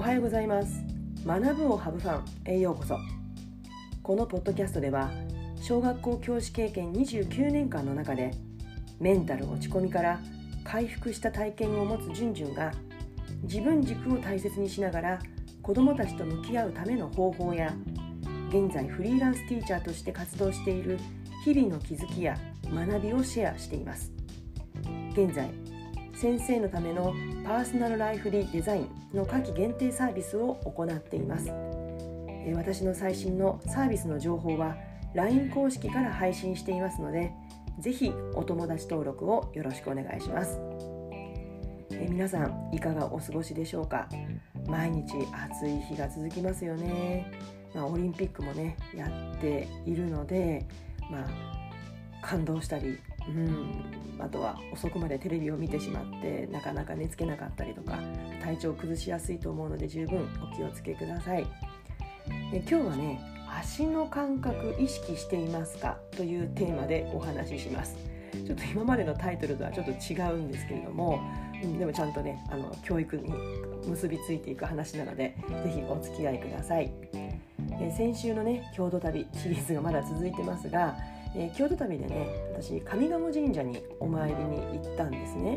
はようございます。学ぶをハブファンへようこそ。このポッドキャストでは小学校教師経験29年間の中でメンタル落ち込みから回復した体験を持つじゅんじゅんが自分軸を大切にしながら子どもたちと向き合うための方法や現在フリーランスティーチャーとして活動している日々の気づきや学びをシェアしています。現在先生のためのパーソナルライフデザインの夏季限定サービスを行っています。私の最新のサービスの情報は LINE 公式から配信していますので、ぜひお友達登録をよろしくお願いします。皆さんいかがお過ごしでしょうか。毎日暑い日が続きますよね。オリンピックもねやっているので、感動したり、あとは遅くまでテレビを見てしまってなかなか寝つけなかったりとか体調を崩しやすいと思うので十分お気をつけください。今日はね、足の感覚意識していますかというテーマでお話しします。ちょっと今までのタイトルとはちょっと違うんですけれども、でもちゃんとね教育に結びついていく話なのでぜひお付き合いください。先週のね郷土旅シリーズがまだ続いてますが、郷土旅でね私上賀茂神社にお参りに行ったんですね。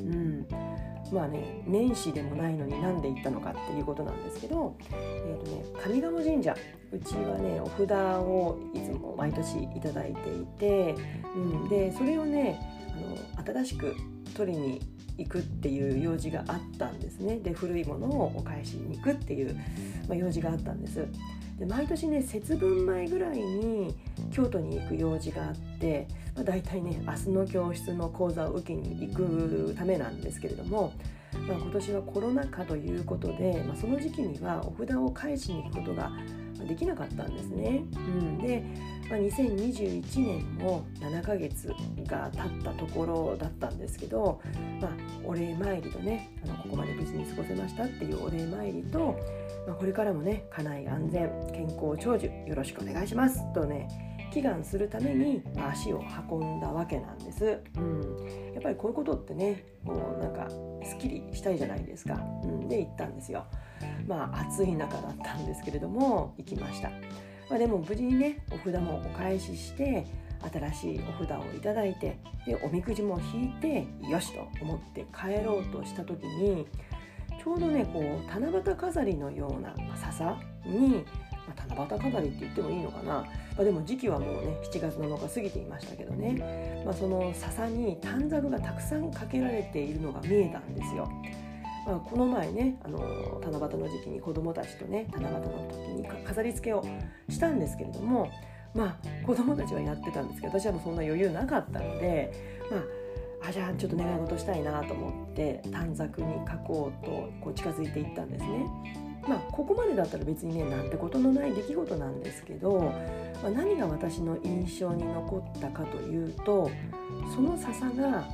年始でもないのになんで行ったのかっていうことなんですけど、上賀茂神社、うちはねお札をいつも毎年いただいていて、でそれをね新しく取りに行くっていう用事があったんですね。で古いものをお返しに行くっていう、用事があったんです。で毎年ね節分前ぐらいに京都に行く用事があって、だいたいね明日の教室の講座を受けに行くためなんですけれども、今年はコロナ禍ということで、その時期にはお札を返しに行くことができなかったんですね。で、2021年も7ヶ月が経ったところだったんですけど、お礼参りとねここまで無事に過ごせましたっていうお礼参りと、これからもね家内安全健康長寿よろしくお願いしますとね祈願するために足を運んだわけなんです。やっぱりこういうことってねすっきりしたいじゃないですか。で行ったんですよ。暑い中だったんですけれども行きました。でも無事にねお札もお返しして新しいお札をいただいて、でおみくじも引いてよしと思って帰ろうとした時にちょうどね七夕飾りのような笹に、七夕飾りって言ってもいいのかな、でも時期はもうね7月7日過ぎていましたけどね、その笹に短冊がたくさんかけられているのが見えたんですよ。この前ね七夕の時期に子どもたちとね七夕の時に飾り付けをしたんですけれども、子どもたちはやってたんですけど私はもうそんな余裕なかったので、じゃあちょっと願い事したいなと思って短冊に書こうと近づいていったんですね。ここまでだったら別にねなんてことのない出来事なんですけど、何が私の印象に残ったかというと、その笹が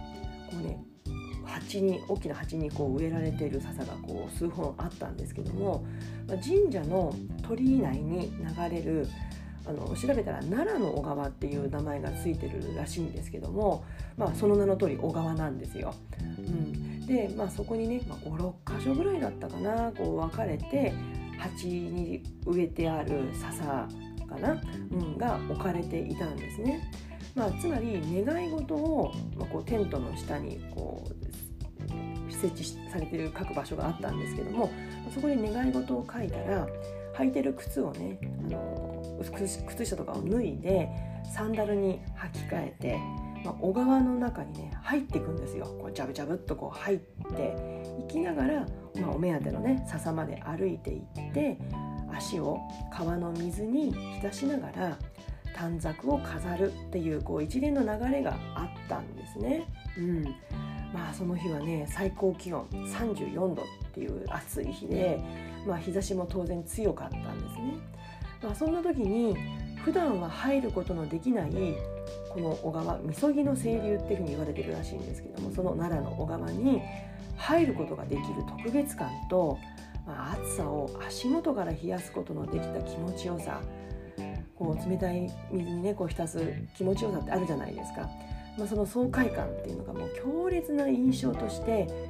大きな鉢に植えられている笹が数本あったんですけども、神社の鳥居内に流れる調べたら奈良の小川っていう名前がついてるらしいんですけども、その名の通り小川なんですよ。で、そこにね、5、6箇所ぐらいだったかな分かれて鉢に植えてある笹かな、が置かれていたんですね。つまり願い事を、テントの下に設置されている各場所があったんですけども、そこで願い事を書いたら履いてる靴をね靴下とかを脱いでサンダルに履き替えて、小川の中にね入っていくんですよ。ジャブジャブっと入っていきながら、お目当てのね笹まで歩いていって足を川の水に浸しながら短冊を飾るっていう一連の流れがあったんですね。その日はね最高気温34度っていう暑い日で、日差しも当然強かったんですね。そんな時に普段は入ることのできないこの小川、みそぎの清流っていうふうに言われてるらしいんですけども、その奈良の小川に入ることができる特別感と、暑さを足元から冷やすことのできた気持ちよさ、冷たい水にね浸す気持ちよさってあるじゃないですか。その爽快感っていうのがもう強烈な印象として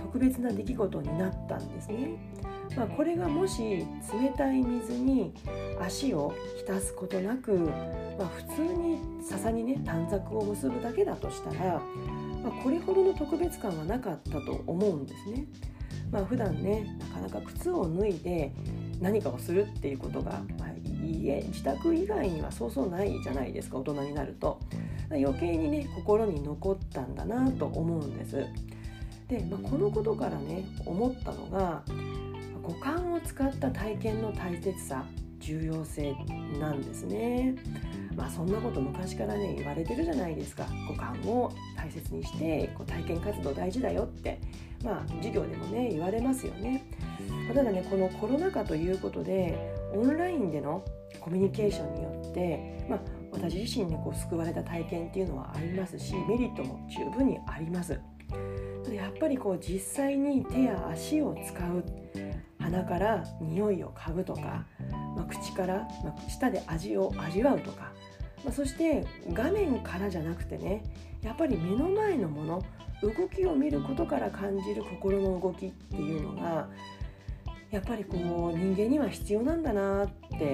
特別な出来事になったんですね。これがもし冷たい水に足を浸すことなく、普通に笹にね短冊を結ぶだけだとしたら、これほどの特別感はなかったと思うんですね。普段ねなかなか靴を脱いで何かをするっていうことが、自宅以外にはそうそうないじゃないですか、大人になると。余計にね心に残ったんだなと思うんです。で、このことからね思ったのが、五感を使った体験の大切さ、重要性なんですね。そんなこと昔からね言われてるじゃないですか。五感を大切にして体験活動大事だよって授業でもね言われますよね。ただね、このコロナ禍ということでオンラインでのコミュニケーションによって私自身に救われた体験っていうのはありますし、メリットも十分にあります。やっぱり実際に手や足を使う、鼻から匂いを嗅ぐとか、口から、舌で味を味わうとか、そして画面からじゃなくてね、やっぱり目の前のもの、動きを見ることから感じる心の動きっていうのがやっぱり人間には必要なんだなって、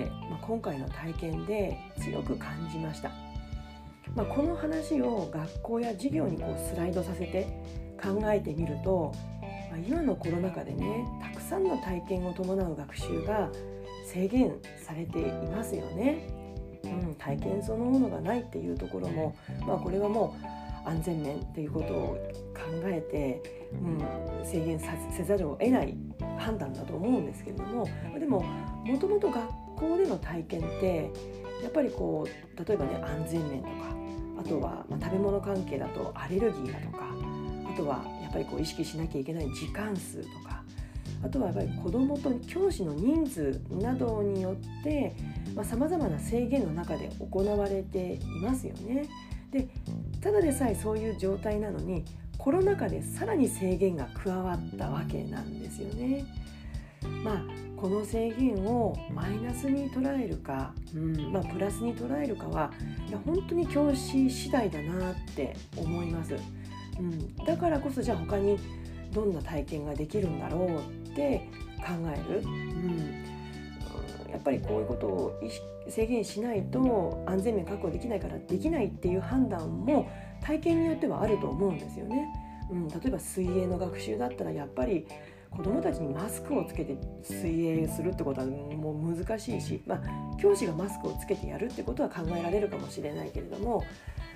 今回の体験で強く感じました。この話を学校や授業にスライドさせて考えてみると、今のコロナ禍でねたくさんの体験を伴う学習が制限されていますよね。体験そのものがないっていうところも、これはもう安全面ということを考えて、制限せざるを得ない判断だと思うんですけれども、でももともと学校での体験ってやっぱり例えばね安全面とか、あとは食べ物関係だとアレルギーだとか、あとはやっぱり意識しなきゃいけない時間数とか、あとはやっぱり子どもと教師の人数などによってさまざまな制限の中で行われていますよね。で、ただでさえそういう状態なのにコロナ禍でさらに制限が加わったわけなんですよね。この制限をマイナスに捉えるか、プラスに捉えるかは本当に教師次第だなって思います。だからこそじゃあ他にどんな体験ができるんだろうって考える。やっぱりこういうことを制限しないと安全面確保できないからできないっていう判断も体験によってはあると思うんですよね。例えば水泳の学習だったらやっぱり子どもたちにマスクをつけて水泳するってことはもう難しいし、教師がマスクをつけてやるってことは考えられるかもしれないけれども、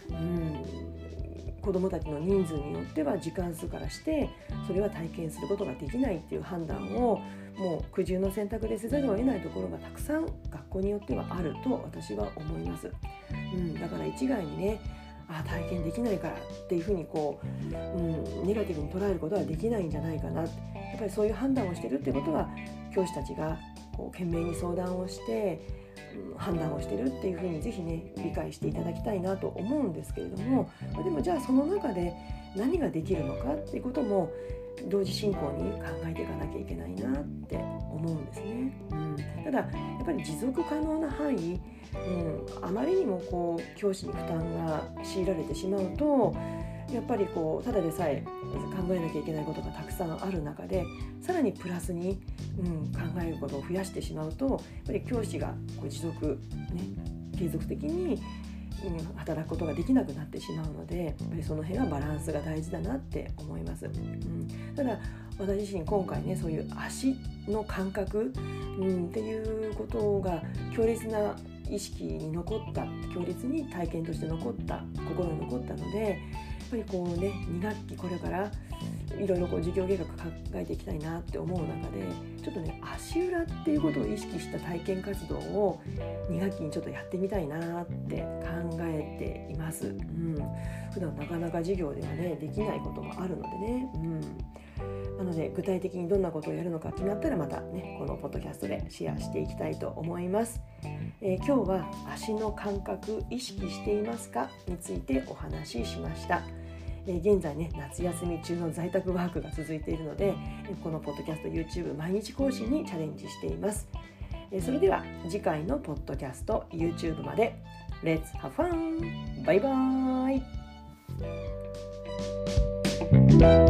子どもたちの人数によっては時間数からしてそれは体験することができないっていう判断をもう苦渋の選択でせざるを得ないところがたくさん学校によってはあると私は思います。だから一概にね体験できないからっていうふうにネガティブに捉えることはできないんじゃないかな。やっぱりそういう判断をしてるってことは教師たちが懸命に相談をして判断をしてるっていうふうにぜひね理解していただきたいなと思うんですけれども、でもじゃあその中で何ができるのかっていうことも同時進行に考えていかなきゃいけないなって思うんですね。ただやっぱり持続可能な範囲、あまりにも教師に負担が強いられてしまうとやっぱりただでさえ考えなきゃいけないことがたくさんある中でさらにプラスに、考えることを増やしてしまうとやっぱり教師が継続的に、働くことができなくなってしまうのでやっぱりその辺はバランスが大事だなって思います。ただ私自身今回ねそういう足の感覚、っていうことが強烈な意識に残った、強烈に体験として残った、心に残ったのでやっぱり2学期これからいろいろ授業計画考えていきたいなって思う中でちょっと足裏っていうことを意識した体験活動を2学期にちょっとやってみたいなって考えています。普段なかなか授業ではねできないこともあるのでね、なので具体的にどんなことをやるのか決まったらまたねこのポッドキャストでシェアしていきたいと思います。今日は足の感覚意識していますかについてお話ししました。現在ね夏休み中の在宅ワークが続いているのでこのポッドキャスト YouTube 毎日更新にチャレンジしています。それでは次回のポッドキャスト YouTube まで Let's have fun! バイバイ